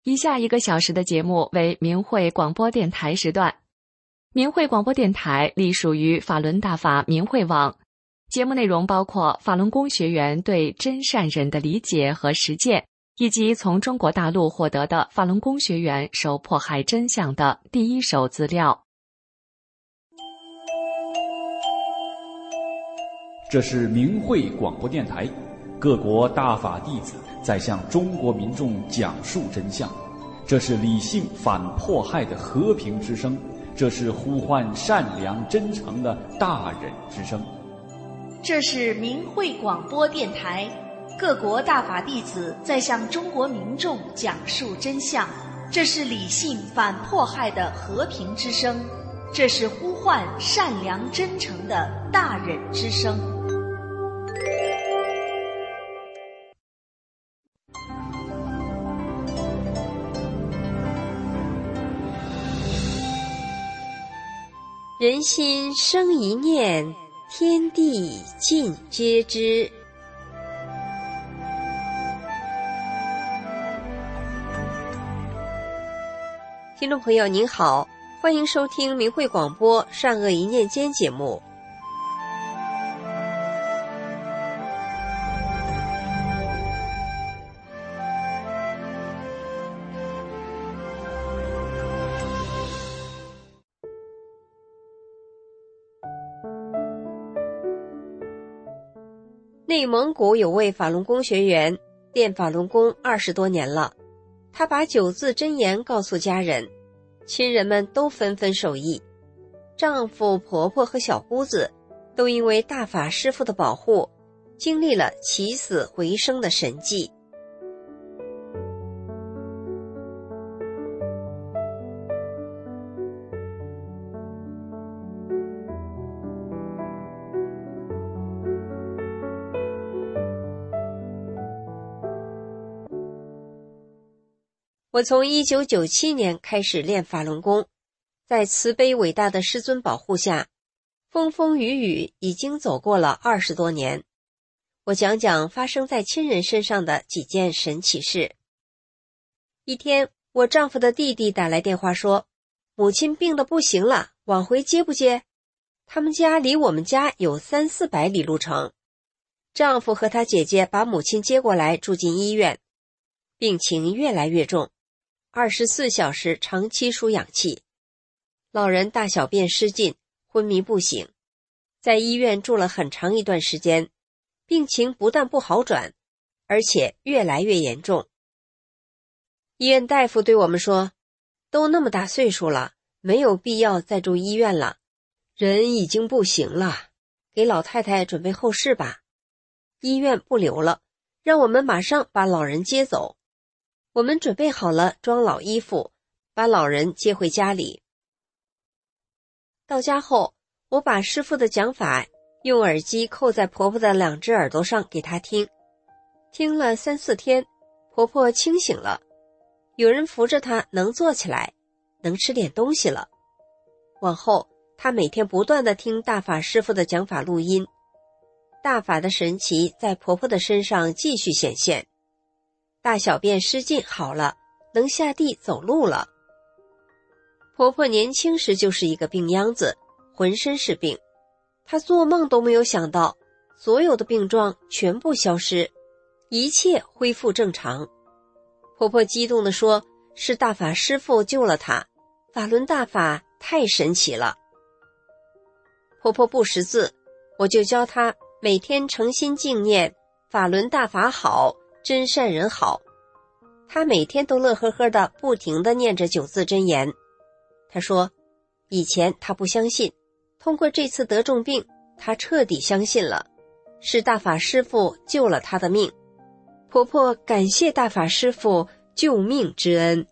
以下1个小时的节目为明慧广播电台时段。明慧广播电台隶属于法轮大法明慧网，节目内容包括法轮功学员对真善忍的理解和实践，以及从中国大陆获得的法轮功学员受迫害真相的第一手资料。 这是明慧广播电台，各国大法弟子在向中国民众讲述真相，这是理性反迫害的和平之声，这是呼唤善良真诚的大忍之声。 这是明慧广播电台，各国大法弟子在向中国民众讲述真相，这是理性反迫害的和平之声，这是呼唤善良真诚的大忍之声。 人心生一念，天地尽皆知。听众朋友您好，欢迎收听明慧广播善恶一念间节目。内蒙古有位法轮功学员练法轮功20多年了，他把9字真言告诉家人，亲人们都纷纷受益。丈夫、婆婆和小姑子都因为大法师父的保护，经历了起死回生的神迹。我从1997年开始练法轮功，在慈悲伟大的师尊保护下，风风雨雨已经走过了20多年。我讲讲发生在亲人身上的几件神奇事。一天，我丈夫的弟弟打来电话说，母亲病得不行了，往回接不接？他们家离我们家有300-400里路程。丈夫和他姐姐把母亲接过来住进医院，病情越来越重，24小时长期输氧气，老人大小便失禁，昏迷不醒，在医院住了很长一段时间，病情不但不好转，而且越来越严重。医院大夫对我们说，都那么大岁数了，没有必要再住医院了，人已经不行了，给老太太准备后事吧。医院不留了，让我们马上把老人接走。我们准备好了装老衣服，把老人接回家里。到家后，我把师父的讲法用耳机扣在婆婆的2只耳朵上给她听，听了3-4天，婆婆清醒了，有人扶着她能坐起来，能吃点东西了。往后，她每天不断地听大法师父的讲法录音，大法的神奇在婆婆的身上继续显现。大小便失禁好了，能下地走路了。婆婆年轻时就是一个病秧子，浑身是病，她做梦都没有想到，所有的病状全部消失，一切恢复正常。婆婆激动地说，是大法师父救了她，法轮大法太神奇了。婆婆不识字，我就教她每天诚心敬念法轮大法好，真善人好。他每天都乐呵呵的不停地念着9字真言。他说，以前他不相信，通过这次得重病，他彻底相信了，是大法师父救了他的命。婆婆感谢大法师父救命之恩。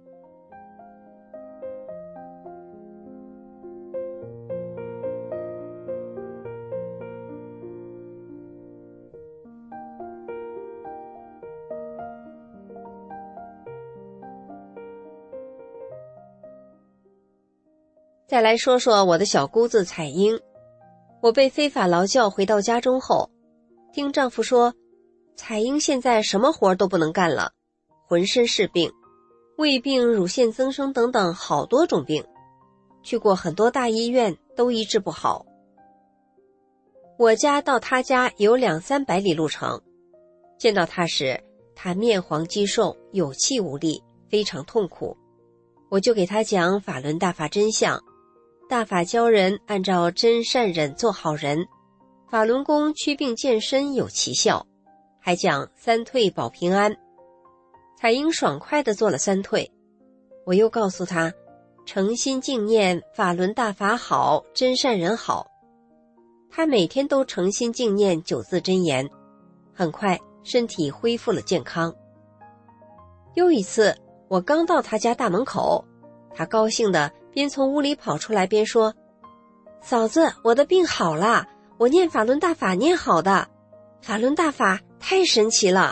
再来说说我的小姑子彩英。我被非法劳教回到家中后，听丈夫说，彩英现在什么活都不能干了，浑身是病， 胃病、乳腺增生等等好多种病，去过很多大医院都医治不好。我家到他家有200-300里路程，见到他时，他面黄肌瘦，有气无力，非常痛苦。我就给他讲法轮大法真相，大法教人按照真善忍做好人，法轮功祛病健身有奇效，还讲3退保平安。彩英爽快地做了3退。我又告诉他，诚心敬念法轮大法好，真善人好。他每天都诚心敬念9字真言，很快身体恢复了健康。又一次，我刚到他家大门口，他高兴地边从屋里跑出来边说，嫂子，我的病好了，我念法轮大法念好的，法轮大法太神奇了。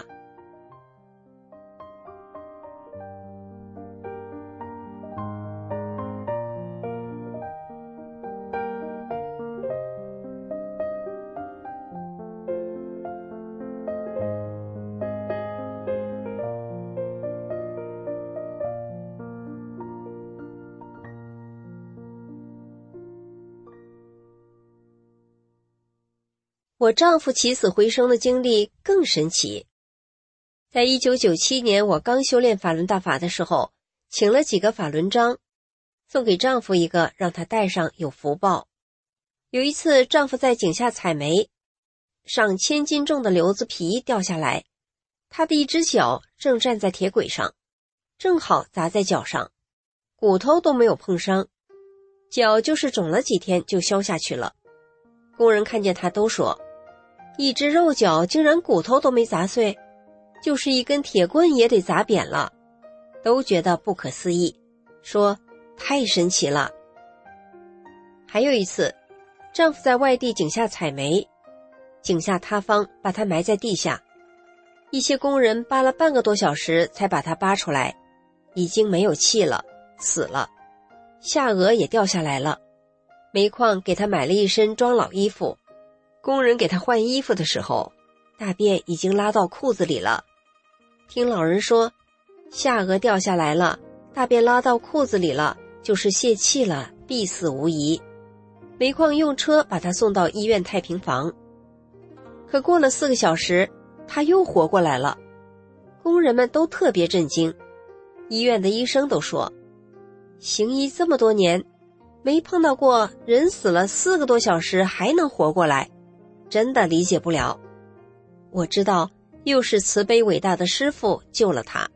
我丈夫起死回生的经历更神奇。在1997年我刚修炼法轮大法的时候，请了几个法轮章，送给丈夫一个，让他戴上有福报。有一次丈夫在井下采煤，上1000斤重的瘤子皮掉下来，他的一只脚正站在铁轨上，正好砸在脚上，骨头都没有碰伤，脚就是肿了几天就消下去了。工人看见他都说，一只肉脚竟然骨头都没砸碎，就是一根铁棍也得砸扁了，都觉得不可思议，说太神奇了。还有一次，丈夫在外地井下采煤，井下塌方，把他埋在地下，一些工人扒了半个多小时才把他扒出来，已经没有气了，死了，下颚也掉下来了。煤矿给他买了一身装老衣服，工人给他换衣服的时候，大便已经拉到裤子里了。听老人说，下颚掉下来了，大便拉到裤子里了，就是泄气了，必死无疑。煤矿用车把他送到医院太平房，可过了4个小时，他又活过来了。工人们都特别震惊，医院的医生都说，行医这么多年，没碰到过人死了4个多小时还能活过来，真的理解不了。我知道，又是慈悲伟大的师父救了他。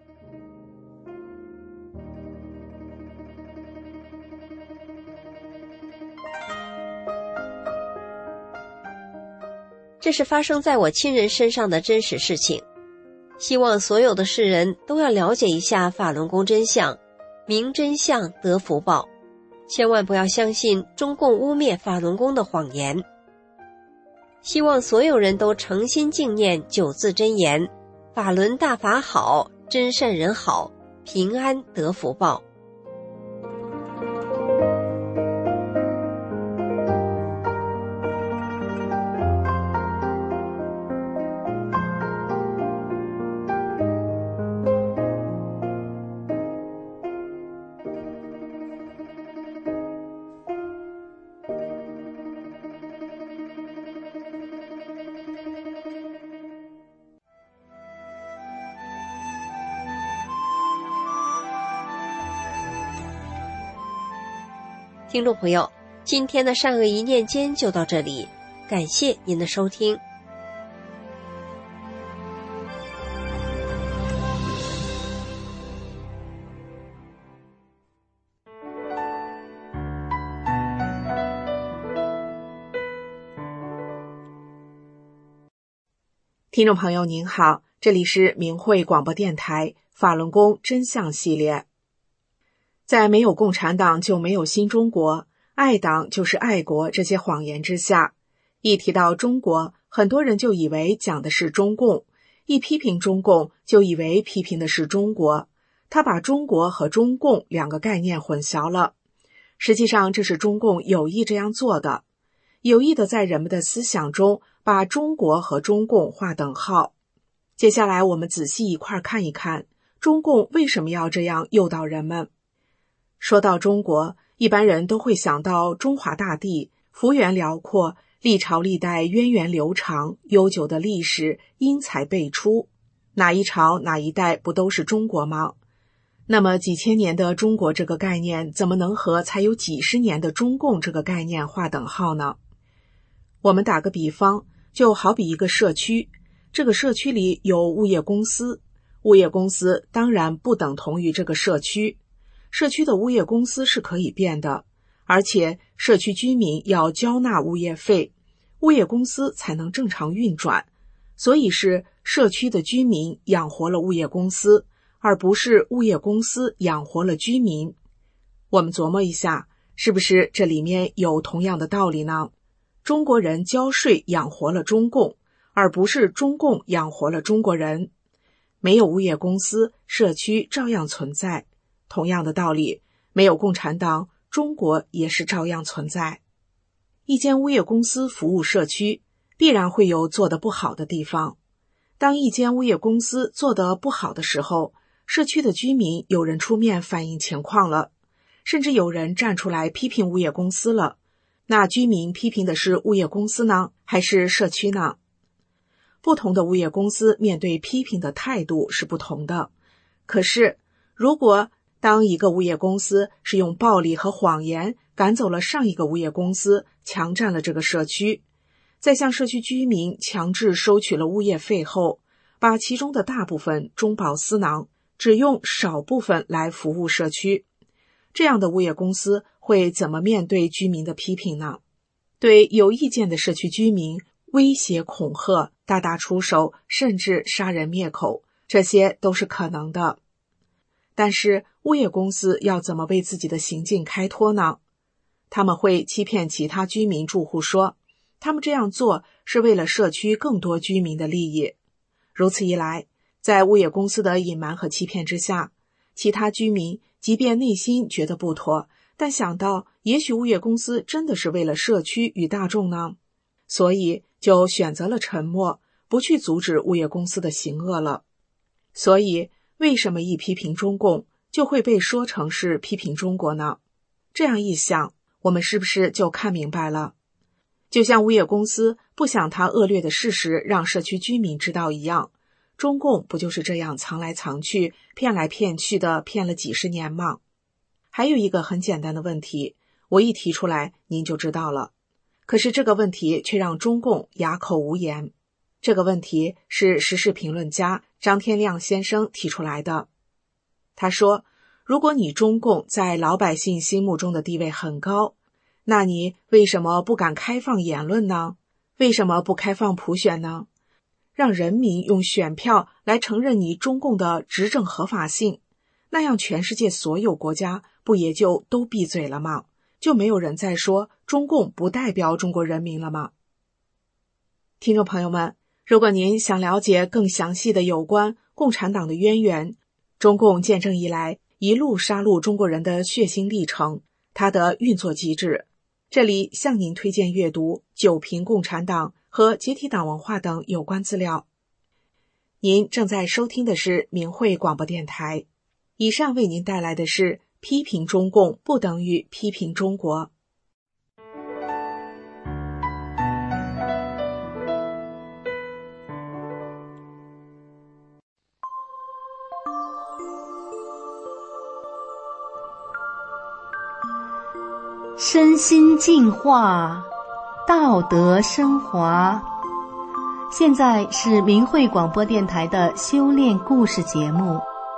这是发生在我亲人身上的真实事情，希望所有的世人都要了解一下法轮功真相，明真相得福报，千万不要相信中共污蔑法轮功的谎言。希望所有人都诚心敬念9字真言，法轮大法好，真善人好，平安得福报。听众朋友，今天的善恶一念间就到这里，感谢您的收听。 听众朋友您好，这里是明慧广播电台法轮功真相系列。在没有共产党就没有新中国，爱党就是爱国这些谎言之下，一提到中国，很多人就以为讲的是中共，一批评中共就以为批评的是中国，他把中国和中共2个概念混淆了。实际上这是中共有意这样做的，有意的在人们的思想中把中国和中共划等号。接下来我们仔细一块看一看， 中共为什么要这样诱导人们？说到中国，一般人都会想到中华大地，幅员辽阔，历朝历代源远流长，悠久的历史，英才辈出。哪一朝哪一代不都是中国吗？那么几千年的中国这个概念，怎么能和才有几十年的中共这个概念划等号呢？我们打个比方，就好比一个社区，这个社区里有物业公司，物业公司当然不等同于这个社区，社区的物业公司是可以变的，而且社区居民要交纳物业费，物业公司才能正常运转，所以是社区的居民养活了物业公司，而不是物业公司养活了居民。我们琢磨一下，是不是这里面有同样的道理呢？中国人交税养活了中共，而不是中共养活了中国人。没有物业公司，社区照样存在。同样的道理，没有共产党，中国也是照样存在。一间物业公司服务社区，必然会有做得不好的地方。当一间物业公司做得不好的时候，社区的居民有人出面反映情况了，甚至有人站出来批评物业公司了。那居民批评的是物业公司呢，还是社区呢？不同的物业公司面对批评的态度是不同的。可是，如果当一个物业公司是用暴力和谎言赶走了上一个物业公司，强占了这个社区，再向社区居民强制收取了物业费后，把其中的大部分中饱私囊，只用少部分来服务社区，这样的物业公司会怎么面对居民的批评呢？对有意见的社区居民威胁恐吓，大打出手，甚至杀人灭口，这些都是可能的。但是物业公司要怎么为自己的行径开脱呢？他们会欺骗其他居民住户说，他们这样做是为了社区更多居民的利益。如此一来，在物业公司的隐瞒和欺骗之下，其他居民即便内心觉得不妥，但想到也许物业公司真的是为了社区与大众呢，所以就选择了沉默，不去阻止物业公司的行恶了。所以为什么一批评中共就会被说成是批评中国呢？这样一想，我们是不是就看明白了？就像物业公司不想他恶劣的事实让社区居民知道一样，中共不就是这样藏来藏去，骗来骗去的骗了几十年吗？还有一个很简单的问题，我一提出来您就知道了，可是这个问题却让中共哑口无言。这个问题是时事评论家张天亮先生提出来的。他说，如果你中共在老百姓心目中的地位很高，那你为什么不敢开放言论呢？为什么不开放普选呢？让人民用选票来承认你中共的执政合法性，那样全世界所有国家不也就都闭嘴了吗？就没有人再说中共不代表中国人民了吗？听众朋友们，如果您想了解更详细的有关共产党的渊源，中共建政以来一路杀戮中国人的血腥历程，它的运作机制，这里向您推荐阅读《九评共产党》和解体党文化等有关资料。您正在收听的是明慧广播电台，以上为您带来的是批评中共不等于批评中国。 身心净化，道德升华。现在是明慧广播电台的修炼故事节目。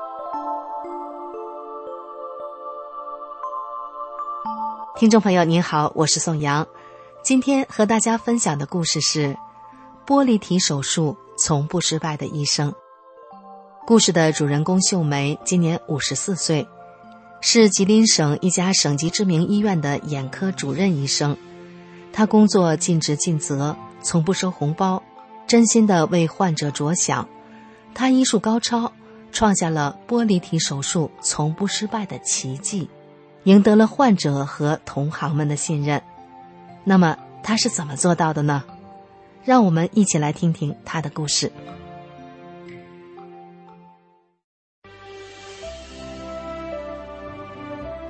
听众朋友您好，我是宋阳。今天和大家分享的故事是玻璃体手术从不失败的医生。故事的主人公秀梅今年54岁，是吉林省一家省级知名医院的眼科主任医生。他工作尽职尽责，从不收红包，真心地为患者着想。他医术高超，创下了玻璃体手术从不失败的奇迹，赢得了患者和同行们的信任。那么他是怎么做到的呢？让我们一起来听听他的故事。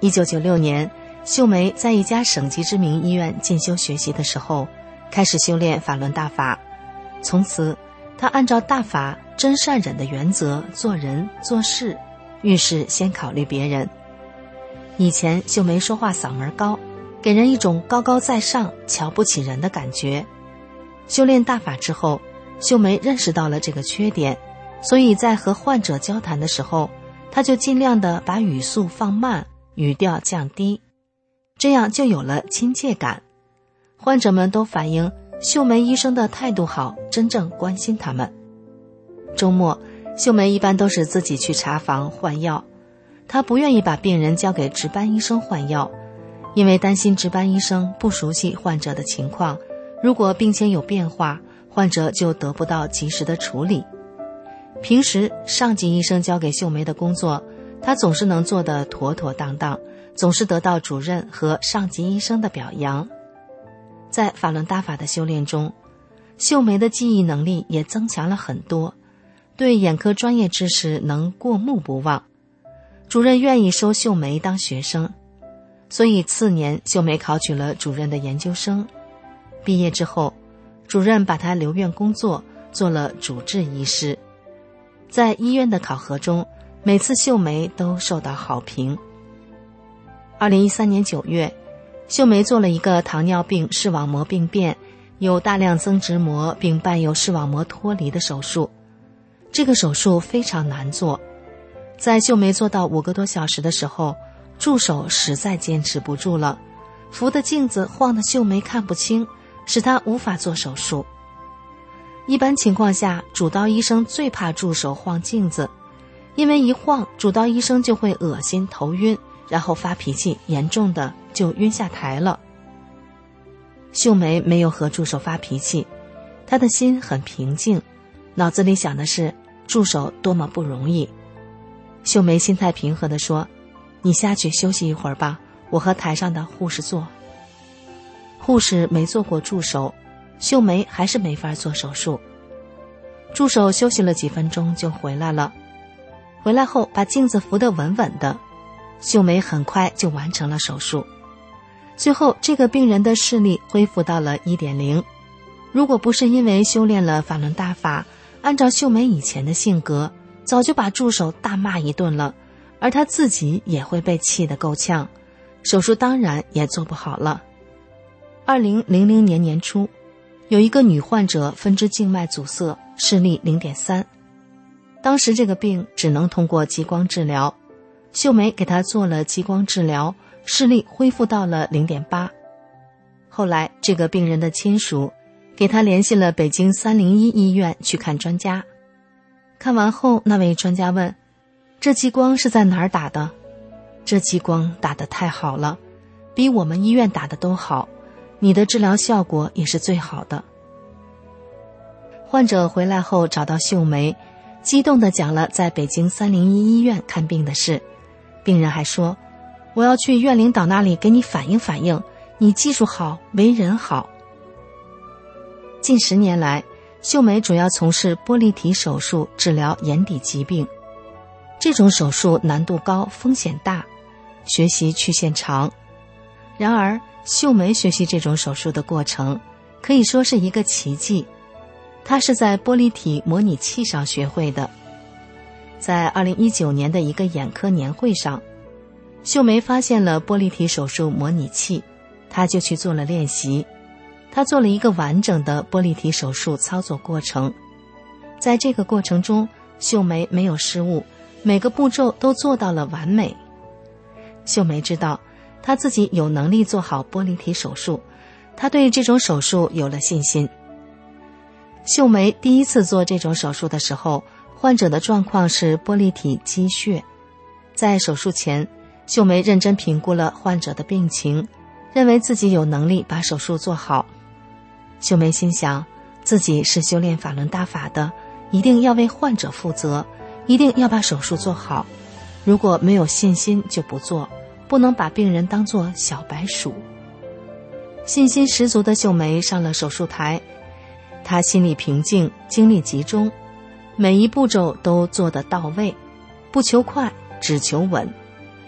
1996年，秀梅在一家省级知名医院进修学习的时候，开始修炼法轮大法。从此，她按照大法真善忍的原则做人做事，遇事先考虑别人。以前秀梅说话嗓门高，给人一种高高在上、瞧不起人的感觉。修炼大法之后，秀梅认识到了这个缺点，所以在和患者交谈的时候，她就尽量的把语速放慢，语调降低，这样就有了亲切感。患者们都反映秀梅医生的态度好，真正关心他们。周末，秀梅一般都是自己去查房换药，她不愿意把病人交给值班医生换药，因为担心值班医生不熟悉患者的情况，如果病情有变化，患者就得不到及时的处理。平时上级医生交给秀梅的工作，她总是能做得妥妥当当，总是得到主任和上级医生的表扬。在法轮大法的修炼中，秀梅的记忆能力也增强了很多，对眼科专业知识能过目不忘。主任愿意收秀梅当学生，所以次年秀梅考取了主任的研究生。毕业之后，主任把她留院工作，做了主治医师。在医院的考核中，每次秀梅都受到好评。2013年9月，秀梅做了一个糖尿病视网膜病变，有大量增殖膜并伴有视网膜脱离的手术。这个手术非常难做，在秀梅做到5个多小时的时候，助手实在坚持不住了，扶的镜子晃得秀梅看不清，使她无法做手术。一般情况下，主刀医生最怕助手晃镜子，因为一晃，主刀医生就会恶心头晕，然后发脾气，严重的就晕下台了。秀梅没有和助手发脾气，她的心很平静，脑子里想的是助手多么不容易。秀梅心态平和地说：“你下去休息一会儿吧，我和台上的护士做。”护士没做过助手，秀梅还是没法做手术。助手休息了几分钟就回来了，回来后把镜子扶得稳稳的，秀梅很快就完成了手术。最后这个病人的视力恢复到了 1.0， 如果不是因为修炼了法轮大法，按照秀梅以前的性格，早就把助手大骂一顿了，而她自己也会被气得够呛，手术当然也做不好了。2000年年初，有一个女患者分支静脉阻塞，视力 0.3， 当时这个病只能通过激光治疗，秀梅给她做了激光治疗，视力恢复到了 0.8。 后来这个病人的亲属给她联系了北京301医院去看专家，看完后那位专家问：“这激光是在哪儿打的？”“这激光打得太好了，比我们医院打的都好，你的治疗效果也是最好的。”患者回来后找到秀梅，激动地讲了在北京301医院看病的事。病人还说：“我要去院领导那里给你反映反映，你技术好，为人好。”近10年来，秀梅主要从事玻璃体手术治疗眼底疾病。这种手术难度高，风险大，学习曲线长。然而秀梅学习这种手术的过程可以说是一个奇迹，她是在玻璃体模拟器上学会的。在2019年的一个眼科年会上，秀梅发现了玻璃体手术模拟器，她就去做了练习。她做了一个完整的玻璃体手术操作过程，在这个过程中，秀梅没有失误，每个步骤都做到了完美。秀梅知道她自己有能力做好玻璃体手术，她对这种手术有了信心。秀梅第一次做这种手术的时候，患者的状况是玻璃体积血。在手术前，秀梅认真评估了患者的病情，认为自己有能力把手术做好。秀梅心想，自己是修炼法轮大法的，一定要为患者负责，一定要把手术做好。如果没有信心就不做，不能把病人当作小白鼠。信心十足的秀梅上了手术台，她心里平静，精力集中，每一步骤都做得到位，不求快，只求稳。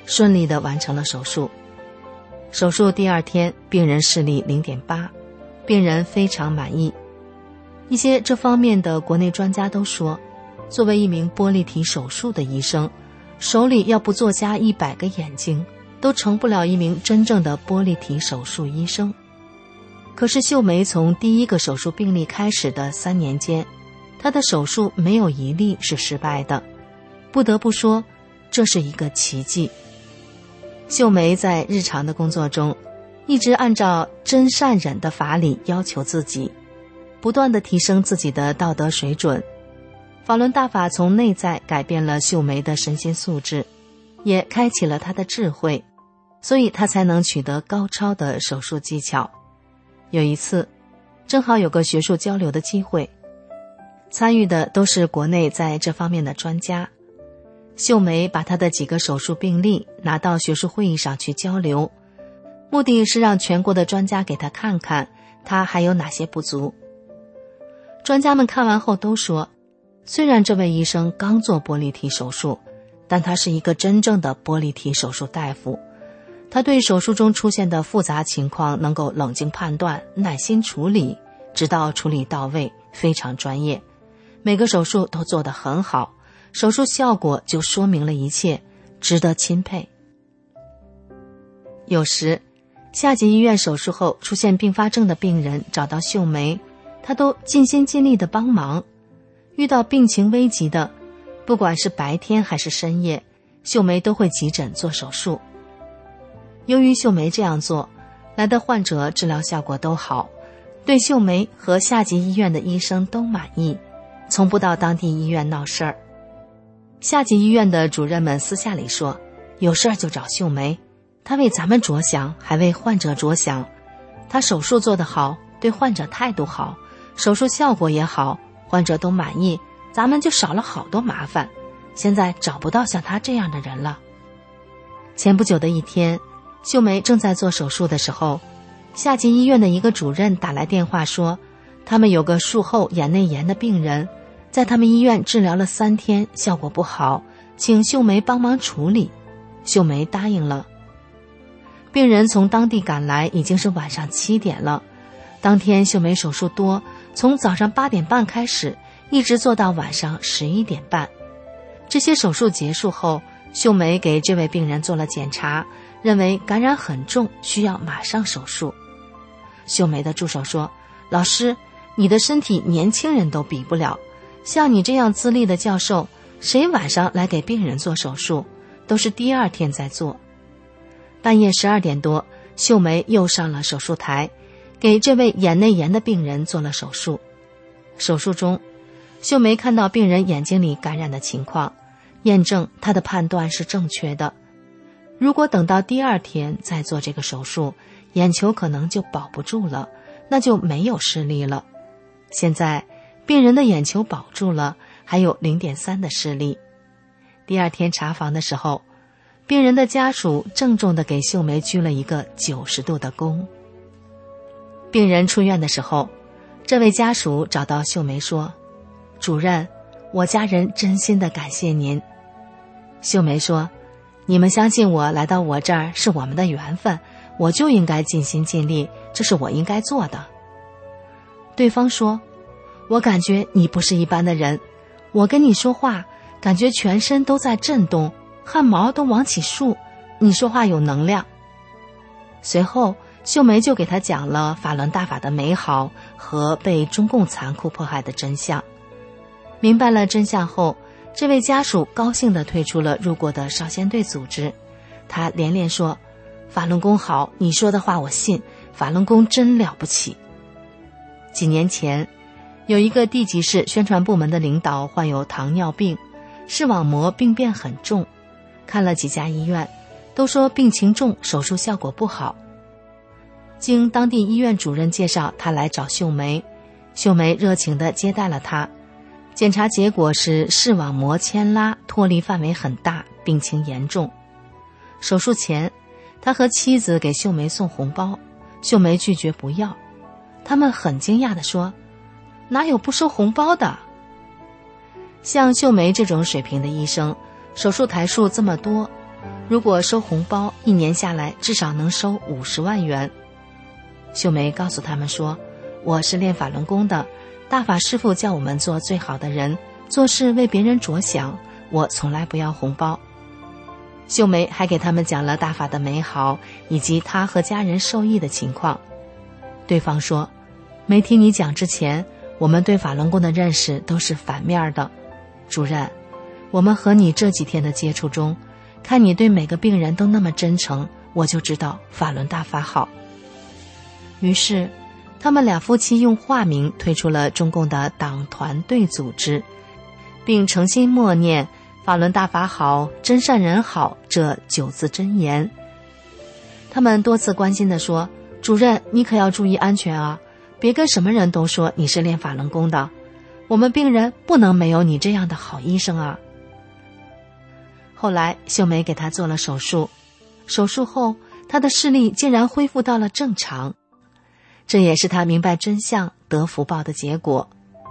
顺利地完成了手术。手术第2天，病人视力 0.8， 病人非常满意。一些这方面的国内专家都说，作为一名玻璃体手术的医生，手里要不做瞎100个眼睛，都成不了一名真正的玻璃体手术医生。可是秀梅从第1个手术病例开始的3年间，她的手术没有一例是失败的，不得不说，这是一个奇迹。秀梅在日常的工作中，一直按照真善忍的法理要求自己，不断地提升自己的道德水准。法轮大法从内在改变了秀梅的身心素质，也开启了她的智慧，所以她才能取得高超的手术技巧。有一次，正好有个学术交流的机会，参与的都是国内在这方面的专家。秀梅把她的几个手术病例拿到学术会议上去交流，目的是让全国的专家给她看看她还有哪些不足。专家们看完后都说，虽然这位医生刚做玻璃体手术，但他是一个真正的玻璃体手术大夫，他对手术中出现的复杂情况能够冷静判断，耐心处理，直到处理到位，非常专业。每个手术都做得很好，手术效果就说明了一切，值得钦佩。有时下级医院手术后出现并发症的病人找到秀梅，她都尽心尽力地帮忙。遇到病情危急的，不管是白天还是深夜，秀梅都会急诊做手术。由于秀梅这样做，来的患者治疗效果都好，对秀梅和下级医院的医生都满意，从不到当地医院闹事儿。下级医院的主任们私下里说，有事儿就找秀梅，她为咱们着想，还为患者着想。她手术做得好，对患者态度好，手术效果也好，患者都满意，咱们就少了好多麻烦。现在找不到像她这样的人了。前不久的一天，秀梅正在做手术的时候，下级医院的一个主任打来电话说，他们有个术后眼内炎的病人，在他们医院治疗了3天，效果不好，请秀梅帮忙处理。秀梅答应了。病人从当地赶来已经是晚上7点了。当天秀梅手术多，从早上8点半开始，一直做到晚上11点半。这些手术结束后，秀梅给这位病人做了检查，认为感染很重，需要马上手术。秀梅的助手说，老师，你的身体年轻人都比不了，像你这样资历的教授，谁晚上来给病人做手术，都是第2天再做。半夜12点多，秀梅又上了手术台，给这位眼内炎的病人做了手术。手术中，秀梅看到病人眼睛里感染的情况，验证她的判断是正确的。如果等到第2天再做这个手术，眼球可能就保不住了，那就没有视力了。现在病人的眼球保住了，还有 0.3 的视力。第2天查房的时候，病人的家属郑重地给秀梅鞠了一个90度的躬。病人出院的时候，这位家属找到秀梅说，主任，我家人真心的感谢您。秀梅说，你们相信我来到我这儿是我们的缘分，我就应该尽心尽力，这是我应该做的。对方说，我感觉你不是一般的人，我跟你说话，感觉全身都在震动，汗毛都往起竖，你说话有能量。随后秀梅就给他讲了法轮大法的美好和被中共残酷迫害的真相。明白了真相后，这位家属高兴地退出了入过的少先队组织。他连连说，法轮功好，你说的话我信，法轮功真了不起。几年前，有一个地级市宣传部门的领导患有糖尿病，视网膜病变很重，看了几家医院，都说病情重，手术效果不好。经当地医院主任介绍，他来找秀梅，秀梅热情地接待了他。检查结果是视网膜牵拉，脱离范围很大，病情严重。手术前，他和妻子给秀梅送红包，秀梅拒绝不要。他们很惊讶地说，哪有不收红包的？像秀梅这种水平的医生，手术台数这么多， 如果收红包，1年下来至少能收50万元。秀梅告诉他们说，我是练法轮功的，大法师父叫我们做最好的人，做事为别人着想，我从来不要红包。秀梅还给他们讲了大法的美好，以及她和家人受益的情况。对方说，没听你讲之前，我们对法轮功的认识都是反面的。主任，我们和你这几天的接触中，看你对每个病人都那么真诚，我就知道法轮大法好。于是他们2夫妻用化名推出了中共的党团队组织，并诚心默念法轮大法好，真善人好这9字真言。他们多次关心地说，主任，你可要注意安全啊，别跟什么人都说你是练法轮功的，我们病人不能没有你这样的好医生啊。后来秀梅给他做了手术，手术后他的视力竟然恢复到了正常，这也是他明白真相得福报的结果。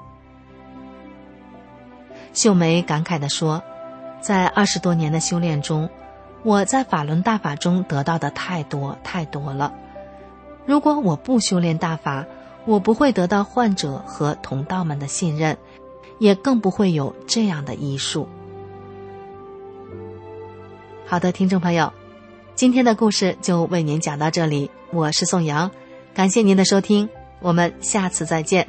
秀梅感慨地说，在20多年的修炼中，我在法轮大法中得到的太多太多了，如果我不修炼大法，我不会得到患者和同道们的信任，也更不会有这样的医术。好的，听众朋友，今天的故事就为您讲到这里，我是宋阳，感谢您的收听，我们下次再见。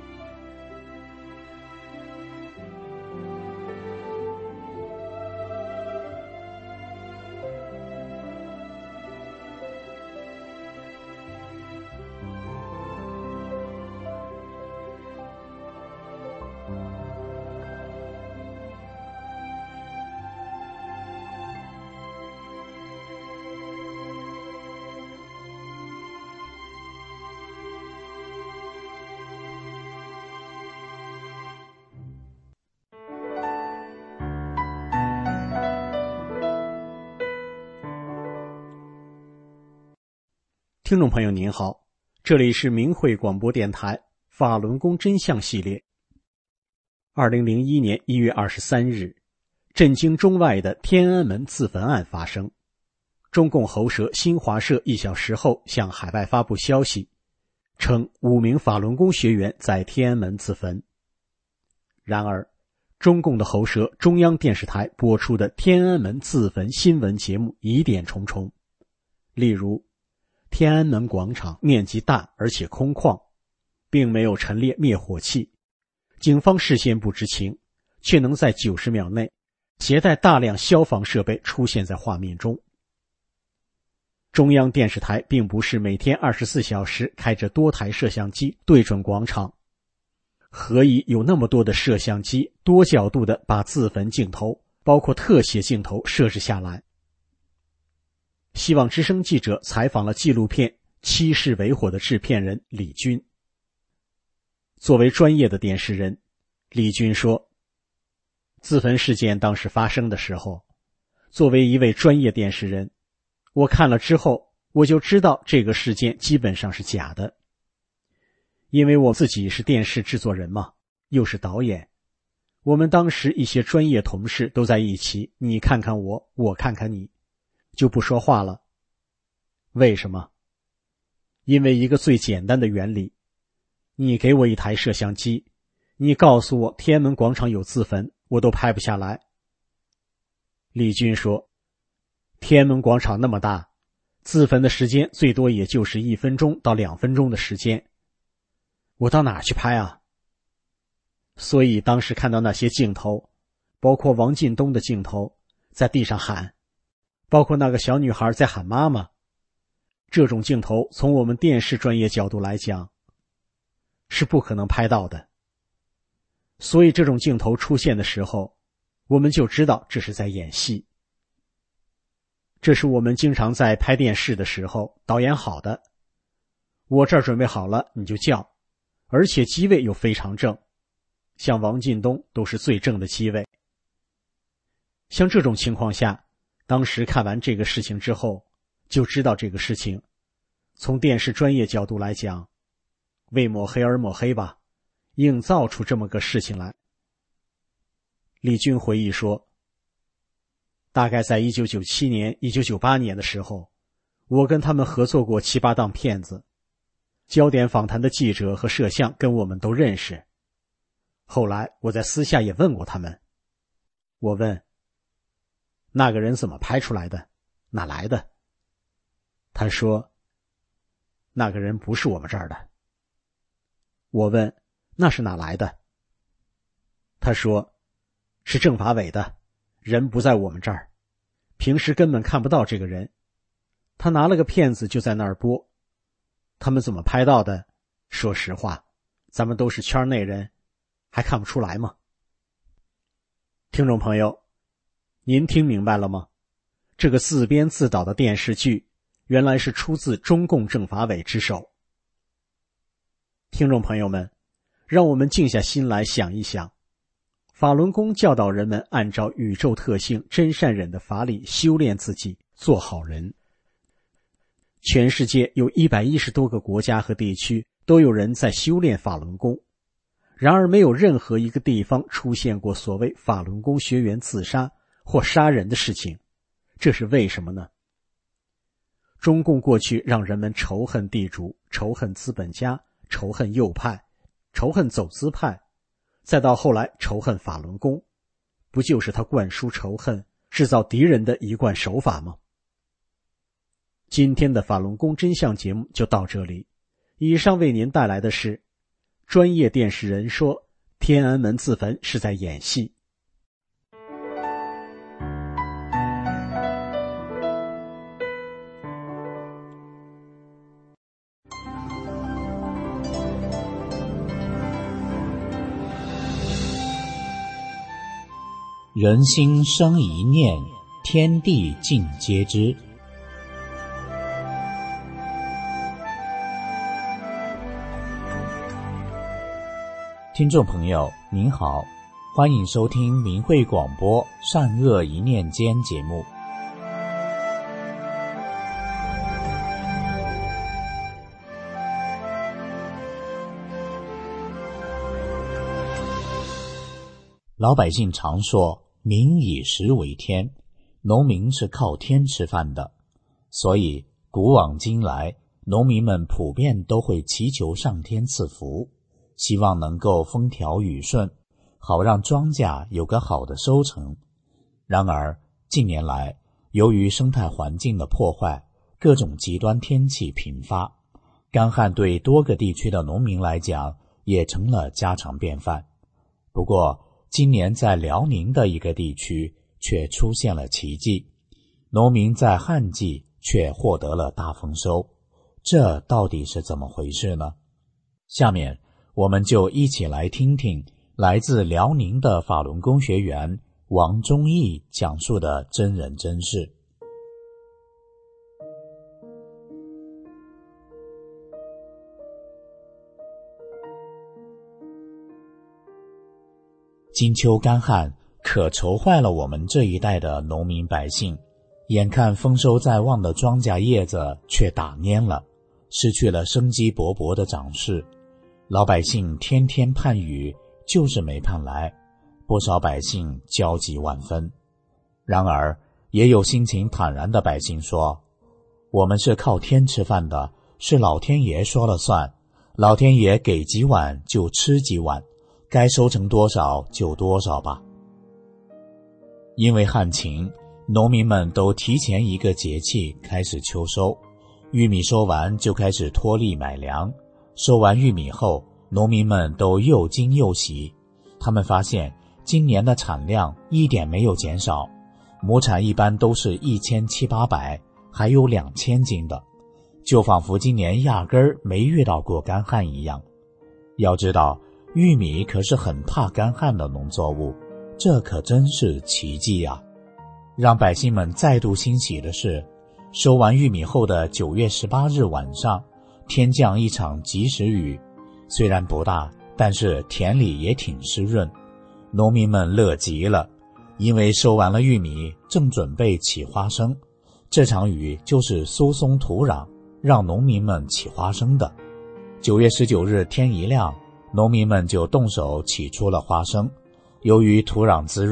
听众朋友您好，这里是明慧广播电台法轮功真相系列。2001年1月23日，震惊中外的天安门自焚案发生。中共喉舌新华社1小时后向海外发布消息，称5名法轮功学员在天安门自焚。然而，中共的喉舌中央电视台播出的天安门自焚新闻节目疑点重重，例如天安门广场面积大而且空旷，并没有陈列灭火器，警方事先不知情，却能在90秒内携带大量消防设备出现在画面中。中央电视台并不是每天24小时开着多台摄像机对准广场，何以有那么多的摄像机多角度地把自焚镜头包括特写镜头设置下来？希望之声记者采访了纪录片《七世为火》的制片人李军。作为专业的电视人，李军说，自焚事件当时发生的时候，作为一位专业电视人，我看了之后，我就知道这个事件基本上是假的。因为我自己是电视制作人嘛，又是导演，我们当时一些专业同事都在一起，你看看我，我看看你，就不说话了。为什么？因为一个最简单的原理，你给我一台摄像机，你告诉我天安门广场有自焚，我都拍不下来。李军说，天安门广场那么大，自焚的时间最多也就是1分钟到2分钟的时间，我到哪去拍啊？所以当时看到那些镜头，包括王进东的镜头，在地上喊，包括那个小女孩在喊妈妈，这种镜头从我们电视专业角度来讲是不可能拍到的。所以这种镜头出现的时候，我们就知道这是在演戏。这是我们经常在拍电视的时候导演好的，我这儿准备好了你就叫，而且机位又非常正，像王进东都是最正的机位。像这种情况下，当时看完这个事情之后，就知道这个事情从电视专业角度来讲，为抹黑而抹黑吧，硬造出这么个事情来。李军回忆说， 大概在1997年、1998年的时候，我跟他们合作过7、8档片子，焦点访谈的记者和摄像跟我们都认识。后来我在私下也问过他们，我问那个人怎么拍出来的，哪来的？他说那个人不是我们这儿的。我问那是哪来的？他说是政法委的，人不在我们这儿，平时根本看不到这个人，他拿了个片子就在那儿播。他们怎么拍到的？说实话，咱们都是圈内人，还看不出来吗？听众朋友，您听明白了吗？这个自编自导的电视剧原来是出自中共政法委之手。听众朋友们，让我们静下心来想一想，法轮功教导人们按照宇宙特性真善忍的法理修炼自己，做好人。全世界有110多个国家和地区都有人在修炼法轮功，然而没有任何一个地方出现过所谓法轮功学员自杀或杀人的事情，这是为什么呢？中共过去让人们仇恨地主，仇恨资本家，仇恨右派，仇恨走资派，再到后来仇恨法轮功，不就是他灌输仇恨、制造敌人的一贯手法吗？今天的法轮功真相节目就到这里，以上为您带来的是专业电视人说天安门自焚是在演戏。 人心生一念，天地尽皆知。听众朋友您好，欢迎收听明慧广播善恶一念间节目。老百姓常说民以食为天，农民是靠天吃饭的，所以古往今来，农民们普遍都会祈求上天赐福，希望能够风调雨顺，好让庄稼有个好的收成。然而近年来，由于生态环境的破坏，各种极端天气频发，干旱对多个地区的农民来讲也成了家常便饭。不过今年在辽宁的一个地区却出现了奇迹，农民在旱季却获得了大丰收，这到底是怎么回事呢？下面我们就一起来听听来自辽宁的法轮功学员王忠义讲述的真人真事。金秋干旱可愁坏了我们这一代的农民百姓，眼看丰收在望的庄稼叶子却打蔫了，失去了生机勃勃的长势。老百姓天天盼雨，就是没盼来，不少百姓焦急万分。然而也有心情坦然的百姓说，我们是靠天吃饭的，是老天爷说了算，老天爷给几碗就吃几碗，该收成多少就多少吧。因为旱情，农民们都提前一个节气开始秋收，玉米收完就开始脱粒买粮。收完玉米后，农民们都又惊又喜，他们发现今年的产量一点没有减少，亩产一般都是1700、800，还有2000斤的，就仿佛今年压根儿没遇到过干旱一样。要知道，玉米可是很怕干旱的农作物，这可真是奇迹啊！让百姓们再度欣喜的是，收完玉米后的9月18日晚上，天降一场及时雨，虽然不大，但是田里也挺湿润，农民们乐极了，因为收完了玉米，正准备起花生，这场雨就是疏松土壤，让农民们起花生的。9月19日天一亮，农民们就动手起出了花生。由于土壤滋润，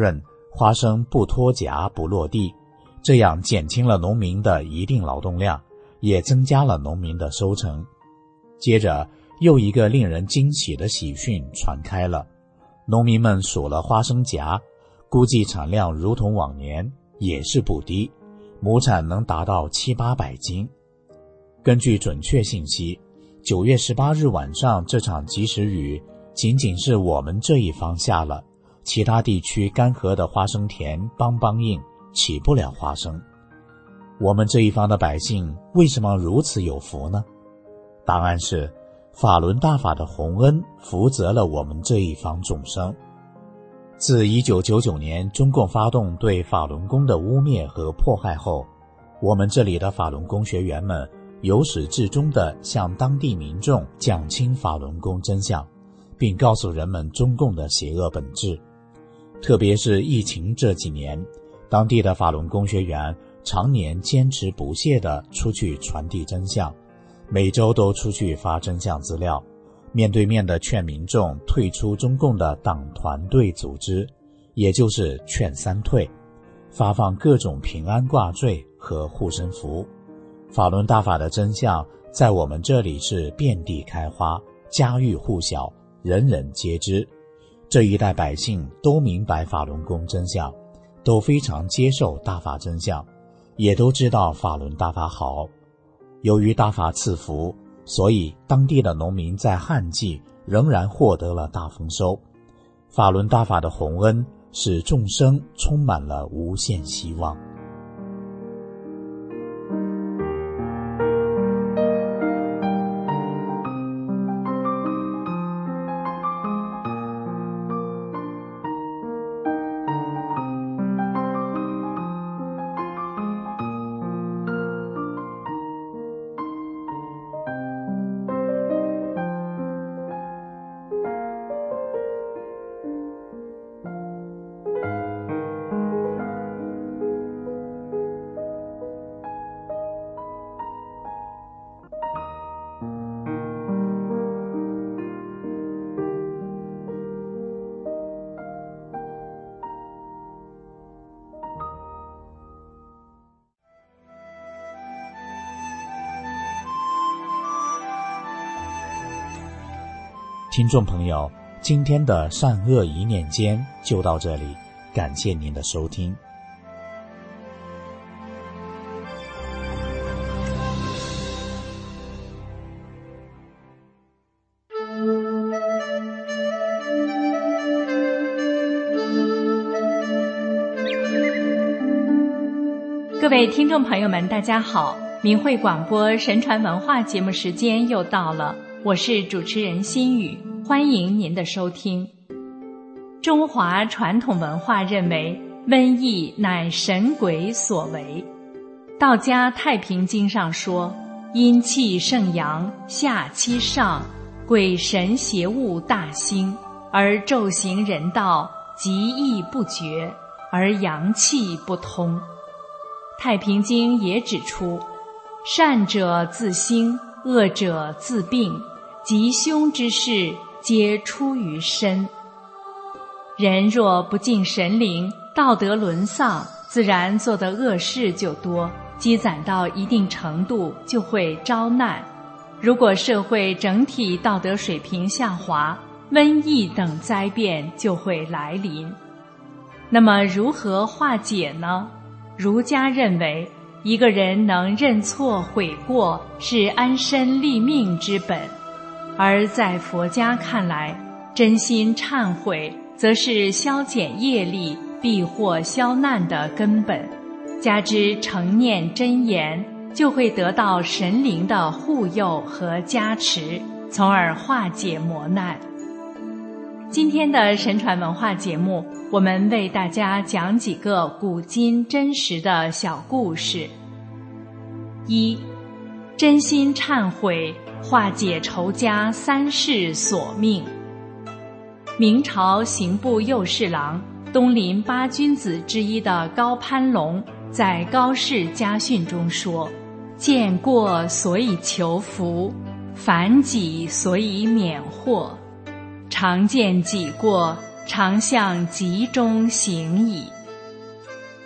花生不脱荚不落地，这样减轻了农民的一定劳动量，也增加了农民的收成。接着又一个令人惊喜的喜讯传开了，农民们数了花生荚，估计产量如同往年，也是不低，亩产能达到700-800斤。根据准确信息，9月18日晚上这场及时雨仅仅是我们这一方下了，其他地区干涸的花生田邦邦硬，起不了花生。我们这一方的百姓为什么如此有福呢？答案是法轮大法的洪恩福泽了我们这一方众生。自1999年中共发动对法轮功的污蔑和迫害后，我们这里的法轮功学员们由始至终地向当地民众讲清法轮功真相，并告诉人们中共的邪恶本质。特别是疫情这几年，当地的法轮功学员常年坚持不懈地出去传递真相，每周都出去发真相资料，面对面地劝民众退出中共的党团队组织，也就是劝三退，发放各种平安挂坠和护身符。法轮大法的真相在我们这里是遍地开花，家喻户晓，人人皆知。这一代百姓都明白法轮功真相，都非常接受大法真相，也都知道法轮大法好。由于大法赐福，所以当地的农民在旱季仍然获得了大丰收。法轮大法的洪恩使众生充满了无限希望。听众朋友，今天的善恶一念间就到这里，感谢您的收听。 各位听众朋友们，大家好，明慧广播神传文化节目时间又到了，我是主持人心雨，欢迎您的收听。中华传统文化认为，瘟疫乃神鬼所为。道家太平经上说，阴气盛阳，下欺上，鬼神邪物大兴，而骤行人道，极易不绝，而阳气不通。太平经也指出，善者自兴，恶者自病，吉凶之事皆出于身。人若不敬神灵，道德沦丧，自然做的恶事就多，积攒到一定程度就会招难。如果社会整体道德水平下滑，瘟疫等灾变就会来临。那么如何化解呢？儒家认为，一个人能认错悔过是安身立命之本，而在佛家看来，真心忏悔则是消减业力、避祸消难的根本。加之诚念真言，就会得到神灵的护佑和加持，从而化解磨难。今天的神传文化节目，我们为大家讲几个古今真实的小故事。一、真心忏悔，化解仇家三世索命。明朝刑部右侍郎、东林八君子之一的高攀龙在高氏家训中说，见过所以求福，反己所以免祸，常见己过，常向吉中行矣。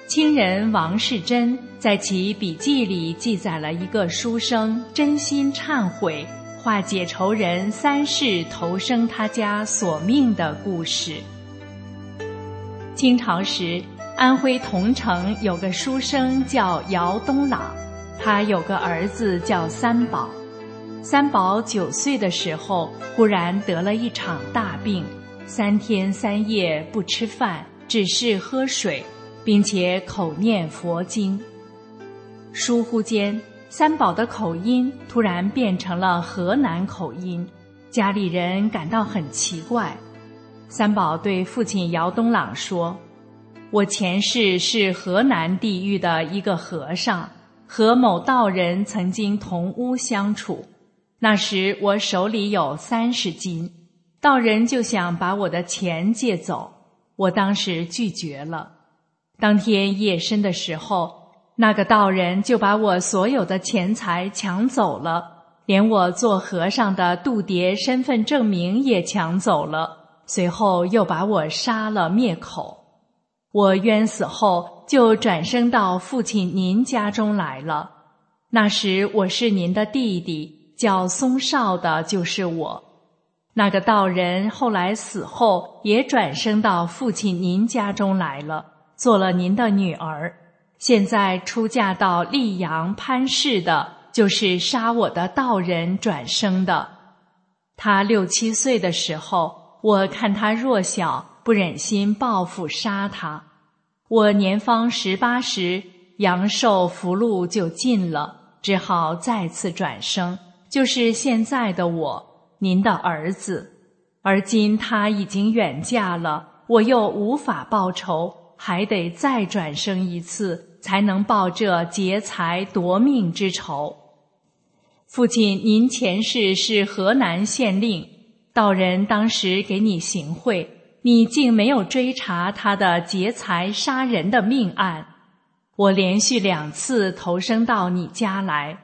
清人王世贞在其笔记里记载了一个书生真心忏悔，化解仇人3世投生他家索命的故事。清朝时，安徽桐城有个书生叫姚东朗，他有个儿子叫三宝。三宝9岁的时候，忽然得了一场大病，3天3夜不吃饭，只是喝水，并且口念佛经。疏忽间，三宝的口音突然变成了河南口音，家里人感到很奇怪。三宝对父亲姚东朗说：“我前世是河南地狱的一个和尚，和某道人曾经同屋相处。那时我手里有30斤，道人就想把我的钱借走，我当时拒绝了。当天夜深的时候，那个道人就把我所有的钱财抢走了，连我做和尚的度牒身份证明也抢走了，随后又把我杀了灭口。我冤死后就转生到父亲您家中来了，那时我是您的弟弟，叫松少的就是我。那个道人后来死后也转生到父亲您家中来了，做了您的女儿，现在出嫁到溧阳潘氏的，就是杀我的道人转生的。他6、7岁的时候，我看他弱小，不忍心报复杀他。我年方18时，阳寿福禄就尽了，只好再次转生，就是现在的我，您的儿子。而今他已经远嫁了，我又无法报仇，还得再转生一次，才能报这劫财夺命之仇。父亲您前世是河南县令，道人当时给你行贿，你竟没有追查他的劫财杀人的命案。我连续2次投生到你家来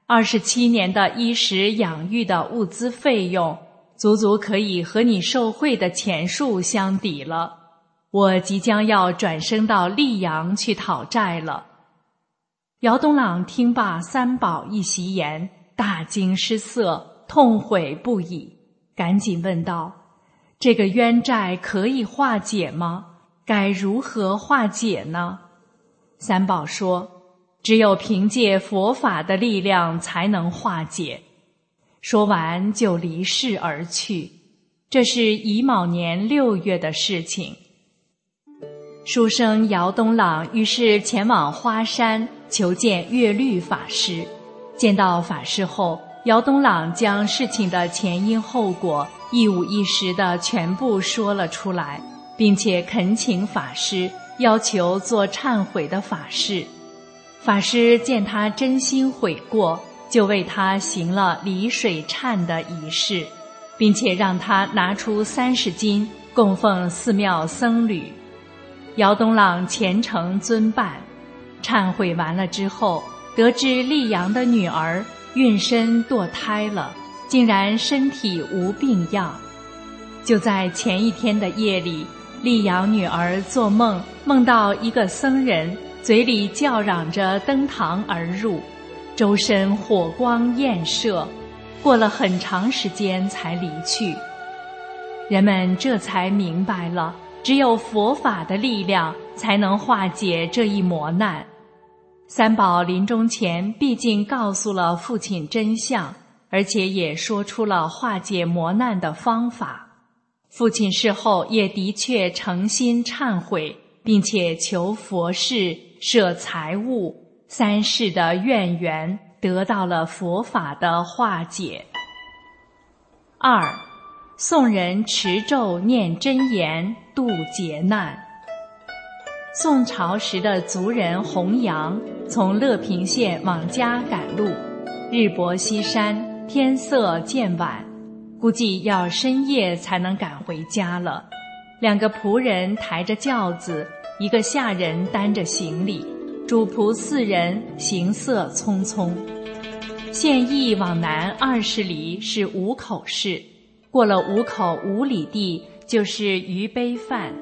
，27年的衣食养育的物资费用，足足可以和你受贿的钱数相抵了。我即将要转生到溧阳去讨债了。姚东朗听罢三宝一席言，大惊失色，痛悔不已，赶紧问道：这个冤债可以化解吗？该如何化解呢？三宝说：只有凭借佛法的力量才能化解。说完就离世而去。这是乙卯年6月的事情。书生姚东朗于是前往花山求见月律法师。见到法师后，姚东朗将事情的前因后果一五一十地全部说了出来，并且恳请法师要求做忏悔的法事。法师见他真心悔过，就为他行了离水忏的仪式，并且让他拿出30金供奉寺庙僧侣。姚东朗虔诚遵办，忏悔完了之后，得知溧阳的女儿孕身堕胎了，竟然身体无病恙。就在前一天的夜里，溧阳女儿做梦，梦到一个僧人嘴里叫嚷着登堂而入，周身火光焰射，过了很长时间才离去。人们这才明白了，只有佛法的力量才能化解这一磨难。三宝临终前毕竟告诉了父亲真相，而且也说出了化解磨难的方法。父亲事后也的确诚心忏悔，并且求佛事舍财物，3世的愿缘得到了佛法的化解。2. 宋人持咒念真言度劫难。宋朝时的族人洪阳从乐平县往家赶路，日薄西山，天色渐晚，估计要深夜才能赶回家了。2个仆人抬着轿子，1个下人担着行李，主仆4人行色匆匆。县邑往南20里是五口市，过了五口5里地就是于卑范。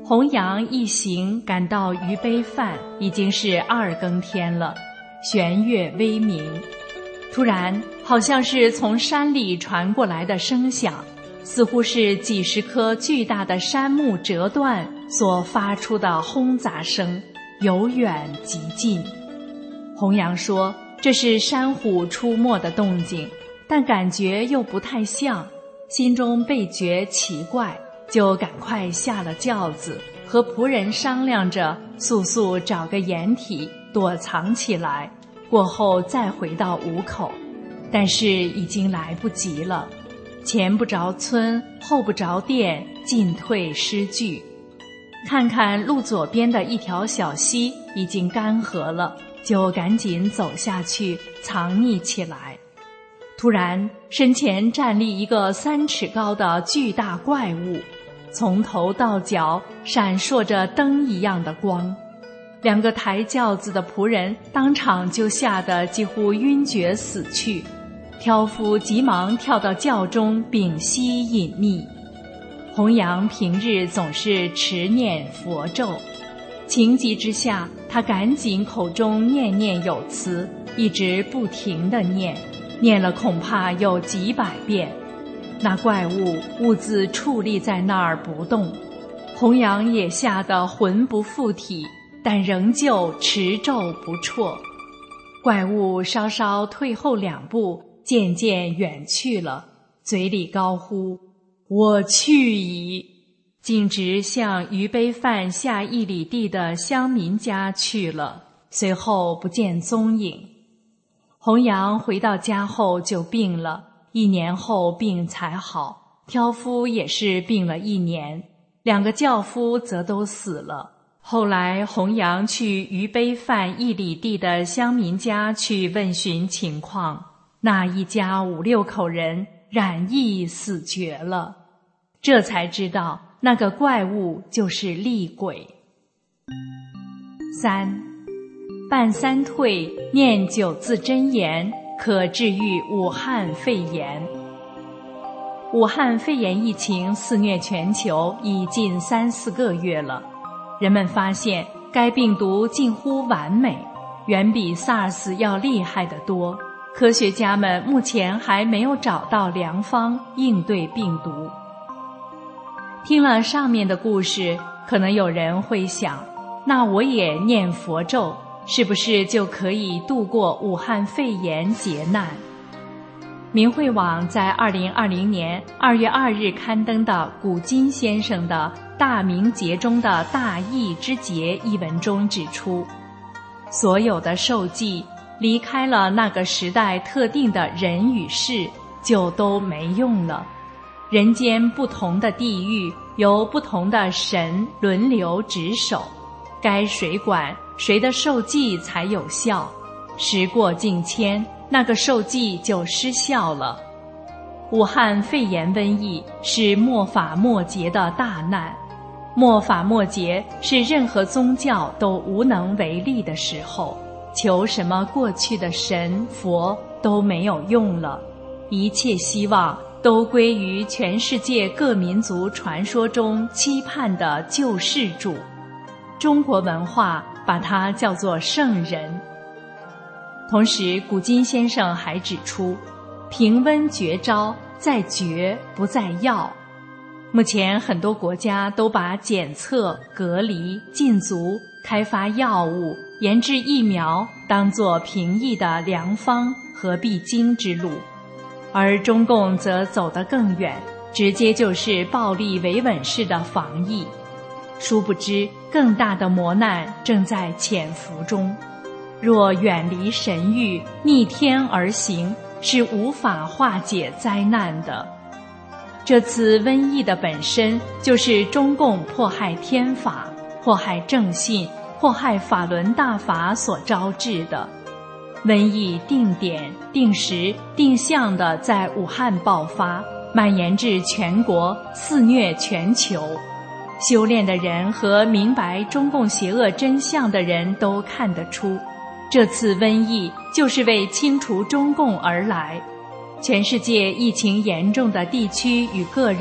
洪阳一行赶到于悲范，已经是2更天了，弦乐微明。突然，好像是从山里传过来的声响，似乎是几十棵巨大的杉木折断所发出的轰杂声，由远及近。洪阳说，这是山虎出没的动静，但感觉又不太像，心中倍觉奇怪，就赶快下了轿子，和仆人商量着速速找个掩体躲藏起来，过后再回到吴口。但是已经来不及了，前不着村，后不着店，进退失据。看看路左边的一条小溪已经干涸了，就赶紧走下去藏匿起来。突然，身前站立一个3尺高的巨大怪物，从头到脚闪烁着灯一样的光。2个抬轿子的仆人当场就吓得几乎晕厥死去，挑夫急忙跳到轿中屏息隐匿。洪阳平日总是持念佛咒，情急之下，他赶紧口中念念有词，一直不停地念了恐怕有几百遍。那怪物兀自矗立在那儿不动，洪阳也吓得魂不附体，但仍旧持咒不辍。怪物稍稍退后2步，渐渐远去了，嘴里高呼：“我去矣！”径直向于悲范下1里地的乡民家去了，随后不见踪影。洪阳回到家后就病了，1年后病才好，挑夫也是病了1年，2个轿夫则都死了。后来洪阳去于悲范1里地的乡民家去问询情况，那一家5、6口人染疫死绝了，这才知道那个怪物就是厉鬼。3. 办3退，念9字真言，可治愈武汉肺炎。武汉肺炎疫情肆虐全球已近3、4个月了，人们发现该病毒近乎完美，远比 SARS 要厉害得多。科学家们目前还没有找到良方应对病毒。听了上面的故事，可能有人会想，那我也念佛咒，是不是就可以度过武汉肺炎劫难？明慧网在2020年2月2日刊登的古今先生的《大明劫中的大疫之劫》一文中指出，所有的受记离开了那个时代特定的人与事，就都没用了。人间不同的地域，由不同的神轮流值守，该谁管谁的受记才有效。时过境迁，那个受记就失效了。武汉肺炎瘟疫是末法末劫的大难，末法末劫是任何宗教都无能为力的时候，求什么过去的神佛都没有用了，一切希望都归于全世界各民族传说中期盼的救世主。中国文化把它叫做圣人。同时，古今先生还指出，平温绝招，在绝不在药。目前很多国家都把检测、隔离、禁足、开发药物、研制疫苗当作平疫的良方和必经之路，而中共则走得更远，直接就是暴力维稳式的防疫。殊不知，更大的磨难正在潜伏中。若远离神谕，逆天而行，是无法化解灾难的。这次瘟疫的本身就是中共迫害天法、迫害正信、迫害法轮大法所招致的。瘟疫定点、定时、定向地在武汉爆发，蔓延至全国，肆虐全球。修炼的人和明白中共邪恶真相的人都看得出，这次瘟疫就是为清除中共而来。全世界疫情严重的地区与个人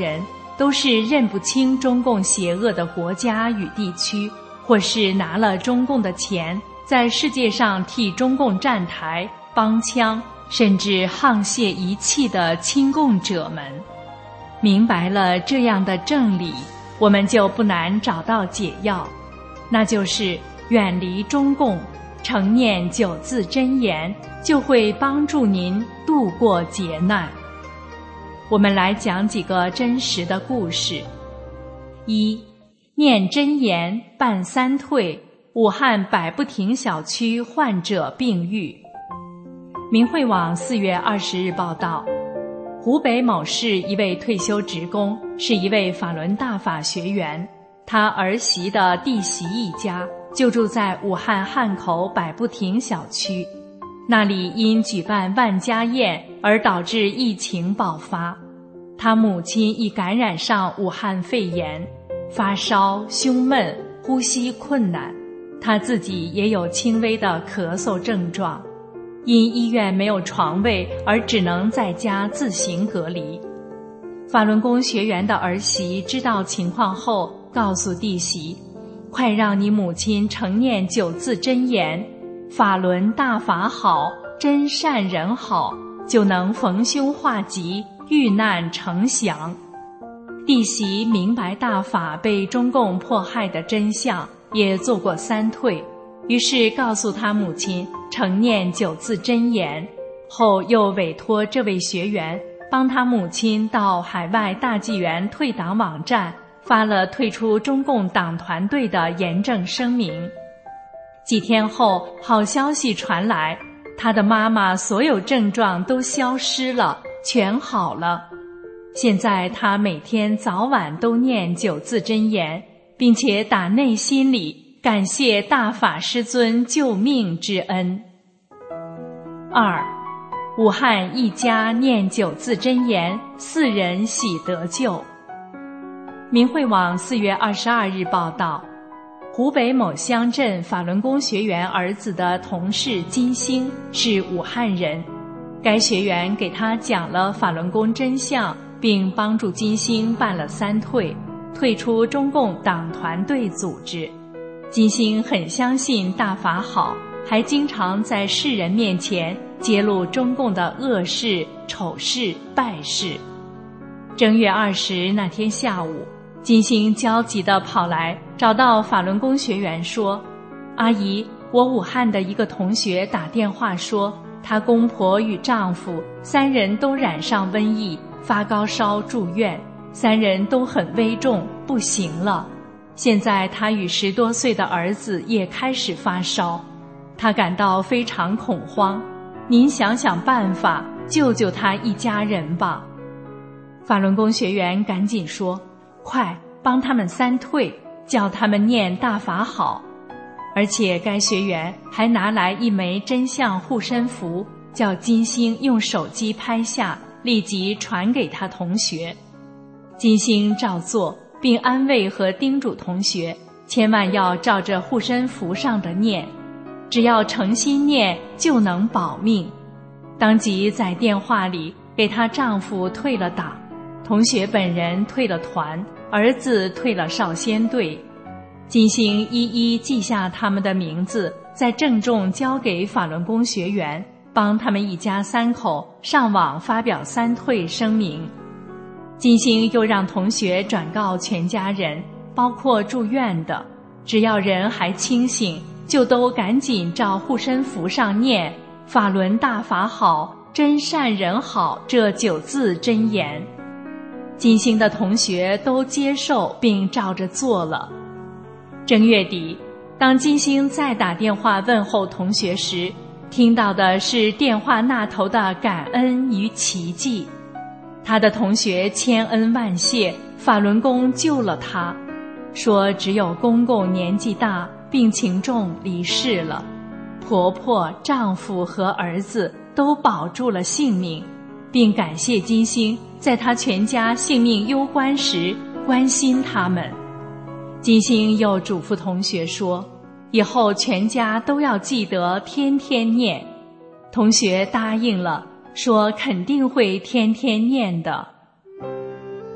都是认不清中共邪恶的国家与地区，或是拿了中共的钱，在世界上替中共站台、帮腔，甚至沆瀣一气的亲共者们。明白了这样的正理，我们就不难找到解药，那就是远离中共，常念9字真言，就会帮助您度过劫难。我们来讲几个真实的故事。1. 念真言办3退，武汉百不停小区患者病愈。明慧网4月20日报道，湖北某市一位退休职工是一位法轮大法学员，他儿媳的弟媳一家就住在武汉汉口百不停小区，那里因举办万家宴而导致疫情爆发。他母亲已感染上武汉肺炎，发烧、胸闷、呼吸困难，他自己也有轻微的咳嗽症状，因医院没有床位而只能在家自行隔离。法轮功学员的儿媳知道情况后，告诉弟媳，快让你母亲承念9字真言，法轮大法好，真善人好，就能逢凶化吉，遇难成祥。弟媳明白大法被中共迫害的真相，也做过3退，于是告诉他母亲承念9字真言，后又委托这位学员帮他母亲到海外大纪元退党网站发了退出中共党团队的严正声明。几天后，好消息传来，他的妈妈所有症状都消失了，全好了。现在他每天早晚都念9字真言，并且打内心里感谢大法师尊救命之恩。2. 武汉一家念9字真言，4人喜得救。明慧网4月22日报道，湖北某乡镇法轮功学员儿子的同事金星是武汉人，该学员给他讲了法轮功真相，并帮助金星办了3退，退出中共党团队组织。金星很相信大法好，还经常在世人面前揭露中共的恶事、丑事、败事。正月20那天下午，金星焦急地跑来找到法轮功学员说，阿姨，我武汉的一个同学打电话说，她公婆与丈夫3人都染上瘟疫，发高烧住院，3人都很危重，不行了。现在她与10多岁的儿子也开始发烧，她感到非常恐慌，您想想办法，救救她一家人吧。法轮功学员赶紧说，快帮他们3退，叫他们念大法好。而且该学员还拿来一枚真相护身符，叫金星用手机拍下，立即传给他同学。金星照做，并安慰和叮嘱同学，千万要照着护身符上的念，只要诚心念就能保命。当即在电话里给她丈夫退了党，同学本人退了团，儿子退了少先队。金星一一记下他们的名字，再郑重交给法轮功学员，帮他们一家3口上网发表3退声明。金星又让同学转告全家人，包括住院的，只要人还清醒，就都赶紧照护身符上念法轮大法好，真善人好这9字真言。金星的同学都接受并照着做了。正月底，当金星再打电话问候同学时，听到的是电话那头的感恩与奇迹。他的同学千恩万谢，法轮功救了他，说只有公公年纪大，病情重离世了，婆婆、丈夫和儿子都保住了性命，并感谢金星在他全家性命攸关时关心他们。金星又嘱咐同学说，以后全家都要记得天天念。同学答应了，说肯定会天天念的。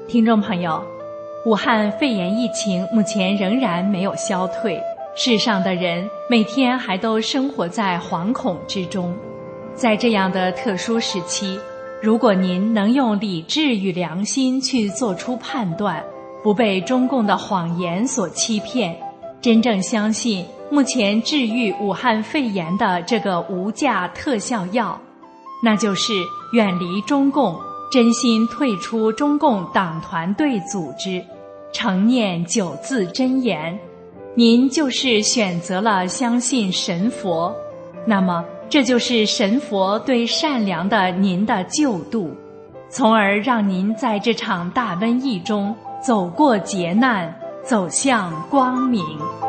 听众朋友，武汉肺炎疫情目前仍然没有消退，世上的人每天还都生活在惶恐之中。在这样的特殊时期，如果您能用理智与良心去做出判断，不被中共的谎言所欺骗，真正相信目前治愈武汉肺炎的这个无价特效药，那就是远离中共，真心退出中共党团队组织，诚念9字真言，您就是选择了相信神佛，那么这就是神佛对善良的您的救度，从而让您在这场大瘟疫中走过劫难，走向光明。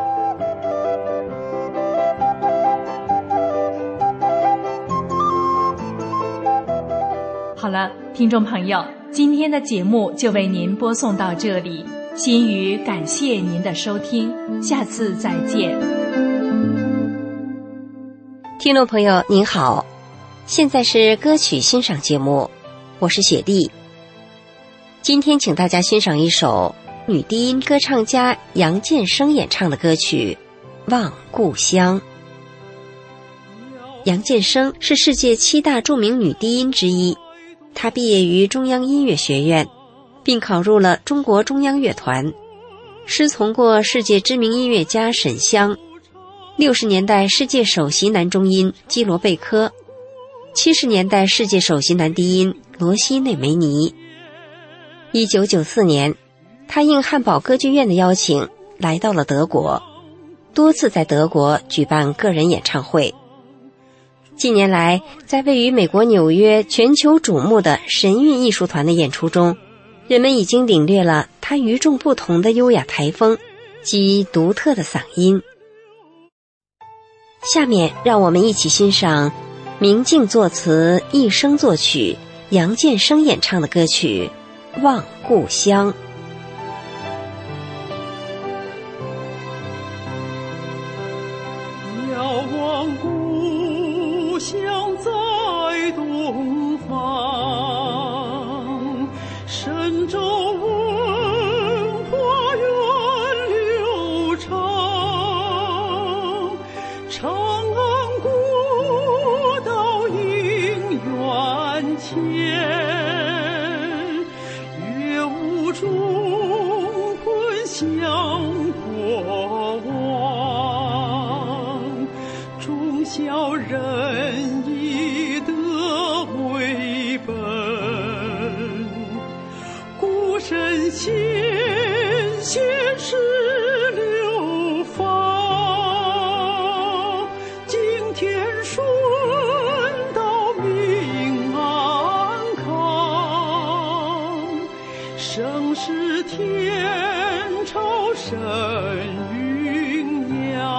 好了，听众朋友，今天的节目就为您播送到这里，心语感谢您的收听，下次再见。 听众朋友您好，现在是歌曲欣赏节目，我是雪莉。今天请大家欣赏一首女低音歌唱家杨建生演唱的歌曲《望故乡》。杨建生是世界7大著名女低音之一，她毕业于中央音乐学院，并考入了中国中央乐团，师从过世界知名音乐家沈湘，60年代世界首席男中音基罗贝科，70年代世界首席男低音罗西内梅尼。1994年，他应汉堡歌剧院的邀请来到了德国，多次在德国举办个人演唱会。近年来，在位于美国纽约全球瞩目的神韵艺术团的演出中，人们已经领略了他与众不同的优雅台风及独特的嗓音。下面让我们一起欣赏明镜作词、一生作曲、杨建生演唱的歌曲《望故乡》。 遥望故乡在东方，神州文化源流长，长安古道迎远前，乐舞中魂向过往，忠孝仁义德为本，古神先贤是流芳，敬天顺道明安康，盛世天朝神云扬。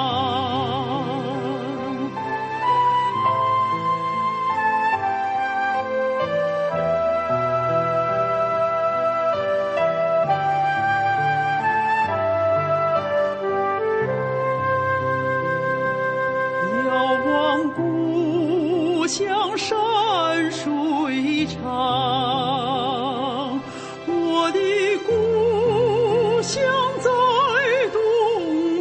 遥望故乡山水长，我的故乡在东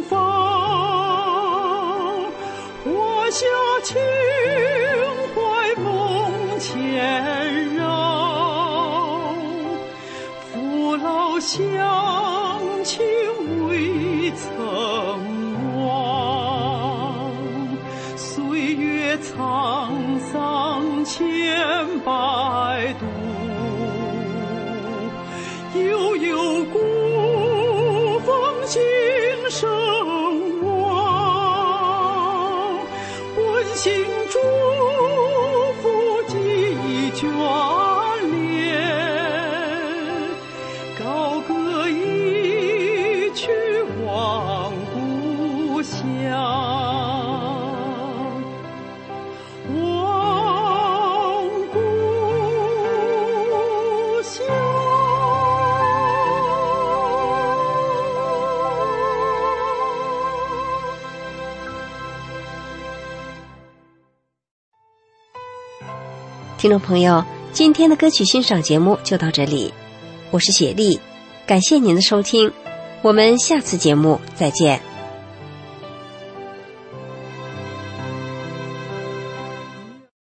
方，华夏情怀梦千绕，父老乡亲未曾忘，岁月沧桑千百度，悠悠古风今生望，温馨祝福几眷恋，高歌一曲望故乡，望故乡。 听众朋友，今天的歌曲欣赏节目就到这里。 我是雪莉，感谢您的收听，我们下次节目再见。